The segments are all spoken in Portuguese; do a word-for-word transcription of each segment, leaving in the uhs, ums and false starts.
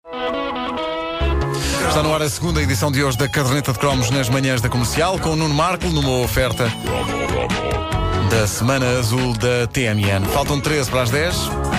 Está no ar a segunda edição de hoje da Caderneta de Cromos nas manhãs da Comercial, com o Nuno Marco, numa oferta da Semana Azul da T M N. Faltam treze para as dez.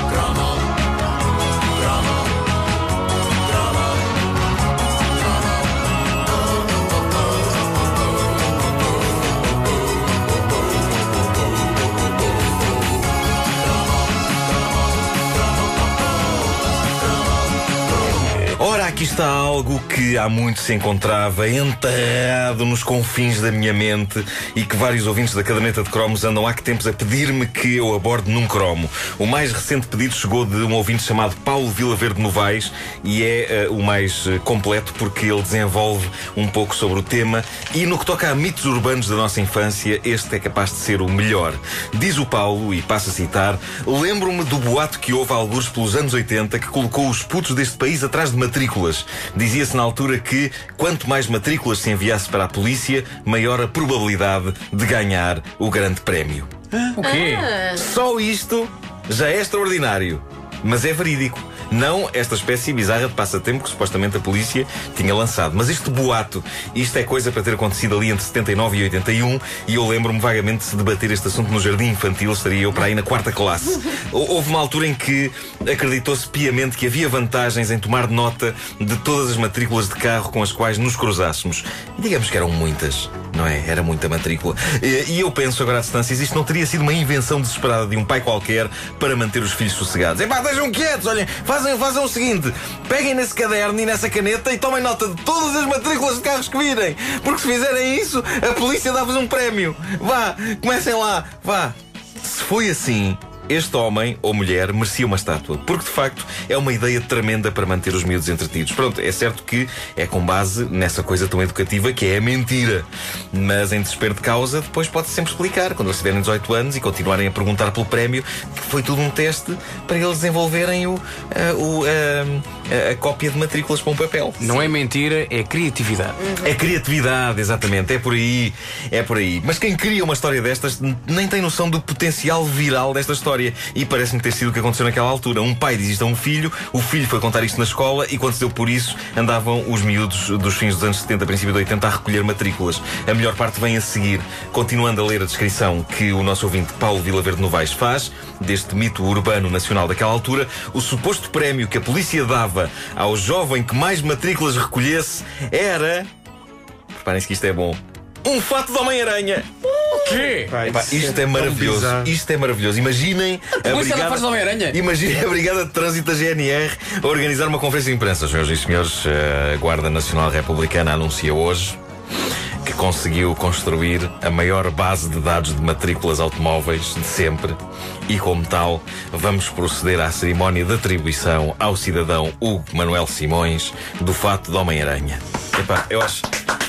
Ora, aqui está algo que há muito se encontrava enterrado nos confins da minha mente e que vários ouvintes da Caderneta de Cromos andam há que tempos a pedir-me que eu aborde num cromo. O mais recente pedido chegou de um ouvinte chamado Paulo Vilaverde Novaes e é uh, o mais uh, completo porque ele desenvolve um pouco sobre o tema e no que toca a mitos urbanos da nossa infância, este é capaz de ser o melhor. Diz o Paulo, e passo a citar: lembro-me do boato que houve alguns pelos anos oitenta que colocou os putos deste país atrás de matrículas. Dizia-se na altura que quanto mais matrículas se enviasse para a polícia, maior a probabilidade de ganhar o grande prémio. O quê? Ah. Só isto já é extraordinário, mas é verídico. Não esta espécie bizarra de passatempo que supostamente a polícia tinha lançado. Mas este boato, isto é coisa para ter acontecido ali entre setenta e nove e oitenta e um, e eu lembro-me vagamente de se debater este assunto no jardim infantil, estaria eu para aí na quarta classe. Houve uma altura em que acreditou-se piamente que havia vantagens em tomar nota de todas as matrículas de carro com as quais nos cruzássemos. Digamos que eram muitas, não é? Era muita matrícula. E eu penso agora à distância, isto não teria sido uma invenção desesperada de um pai qualquer para manter os filhos sossegados. Epá, estejam quietos, olhem, Fazem, fazem o seguinte: peguem nesse caderno e nessa caneta e tomem nota de todas as matrículas de carros que virem. Porque se fizerem isso, a polícia dá-vos um prémio. Vá, comecem lá, vá. Se foi assim, este homem ou mulher merecia uma estátua, porque de facto é uma ideia tremenda para manter os miúdos entretidos. Pronto, é certo que é com base nessa coisa tão educativa que é a mentira, mas em desespero de causa depois pode-se sempre explicar, quando eles tiverem dezoito anos e continuarem a perguntar pelo prémio, que foi tudo um teste para eles desenvolverem o, a, o, a, a, a cópia de matrículas para um papel. Não é mentira, é criatividade. É criatividade, exatamente, é por aí, é por aí. Mas quem cria uma história destas nem tem noção do potencial viral desta história. E parece-me ter sido o que aconteceu naquela altura. Um pai diz isto a um filho, o filho foi contar isto na escola e quando se deu por isso, andavam os miúdos dos fins dos anos setenta, princípio de oitenta, a recolher matrículas. A melhor parte vem a seguir. Continuando a ler a descrição que o nosso ouvinte Paulo Vilaverde Novaes faz deste mito urbano nacional daquela altura, o suposto prémio que a polícia dava ao jovem que mais matrículas recolhesse era... Preparem-se que isto é bom. Um fato de Homem-Aranha. O quê? Epá, isto é maravilhoso. Isto é maravilhoso. Imaginem a, a brigada, faz Homem-Aranha. Imaginem a Brigada de Trânsito da G N R a organizar uma conferência de imprensa. Senhoras e senhores, a Guarda Nacional Republicana anuncia hoje que conseguiu construir a maior base de dados de matrículas automóveis de sempre e, como tal, vamos proceder à cerimónia de atribuição ao cidadão Hugo Manuel Simões do fato de Homem-Aranha. Epá, eu acho...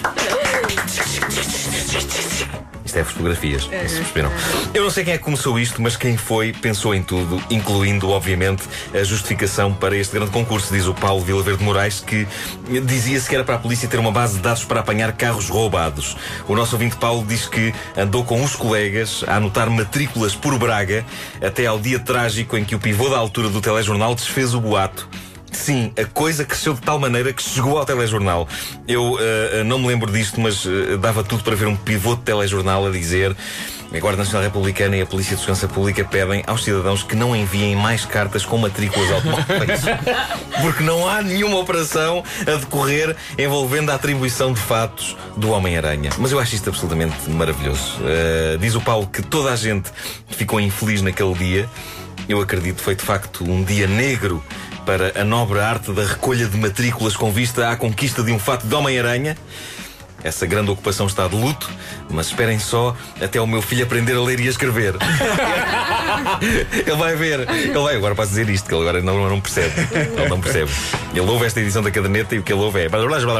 Isto é fotografias, se perceberam. Eu não sei quem é que começou isto, mas quem foi pensou em tudo, incluindo, obviamente, a justificação para este grande concurso. Diz o Paulo Vilaverde Moraes que dizia-se que era para a polícia ter uma base de dados para apanhar carros roubados. O nosso ouvinte Paulo diz que andou com os colegas a anotar matrículas por Braga até ao dia trágico em que o pivô da altura do telejornal desfez o boato. Sim, a coisa cresceu de tal maneira que chegou ao telejornal. Eu uh, não me lembro disto, mas uh, dava tudo para ver um pivô de telejornal a dizer: a Guarda Nacional Republicana e a Polícia de Segurança Pública pedem aos cidadãos que não enviem mais cartas com matrículas automóveis, porque não há nenhuma operação a decorrer envolvendo a atribuição de fatos do Homem-Aranha. Mas eu acho isto absolutamente maravilhoso. Uh, diz o Paulo que toda a gente ficou infeliz naquele dia. Eu acredito que foi de facto um dia negro para a nobre arte da recolha de matrículas com vista à conquista de um fato de Homem-Aranha. Essa grande ocupação está de luto, mas esperem só até o meu filho aprender a ler e a escrever. Ele vai ver. Ele vai, agora posso dizer isto, que ele agora não, não percebe. Ele não percebe. Ele ouve esta edição da caderneta e o que ele ouve é...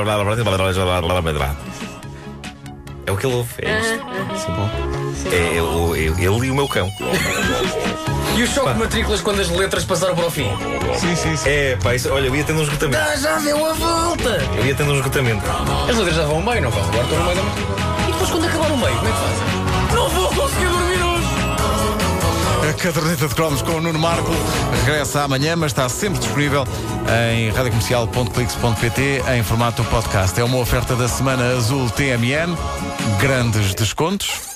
É o que ele ouve. É isto. Sim. É ele, ele e o meu cão. E o choque de matrículas quando as letras passaram para o fim? Sim, sim, sim. É, pá, isso, olha, eu ia tendo um esgotamento. Ah, já deu a volta! Eu ia tendo um esgotamento. As letras já vão ao meio, não vão? Agora estão no meio da matrícula. E depois quando acabar o meio, como é que fazem? Não vou conseguir dormir hoje! A Caderneta de Cromos com o Nuno Marco regressa amanhã, mas está sempre disponível em radiocomercial ponto clix ponto pt em formato podcast. É uma oferta da Semana Azul T M N. Grandes descontos.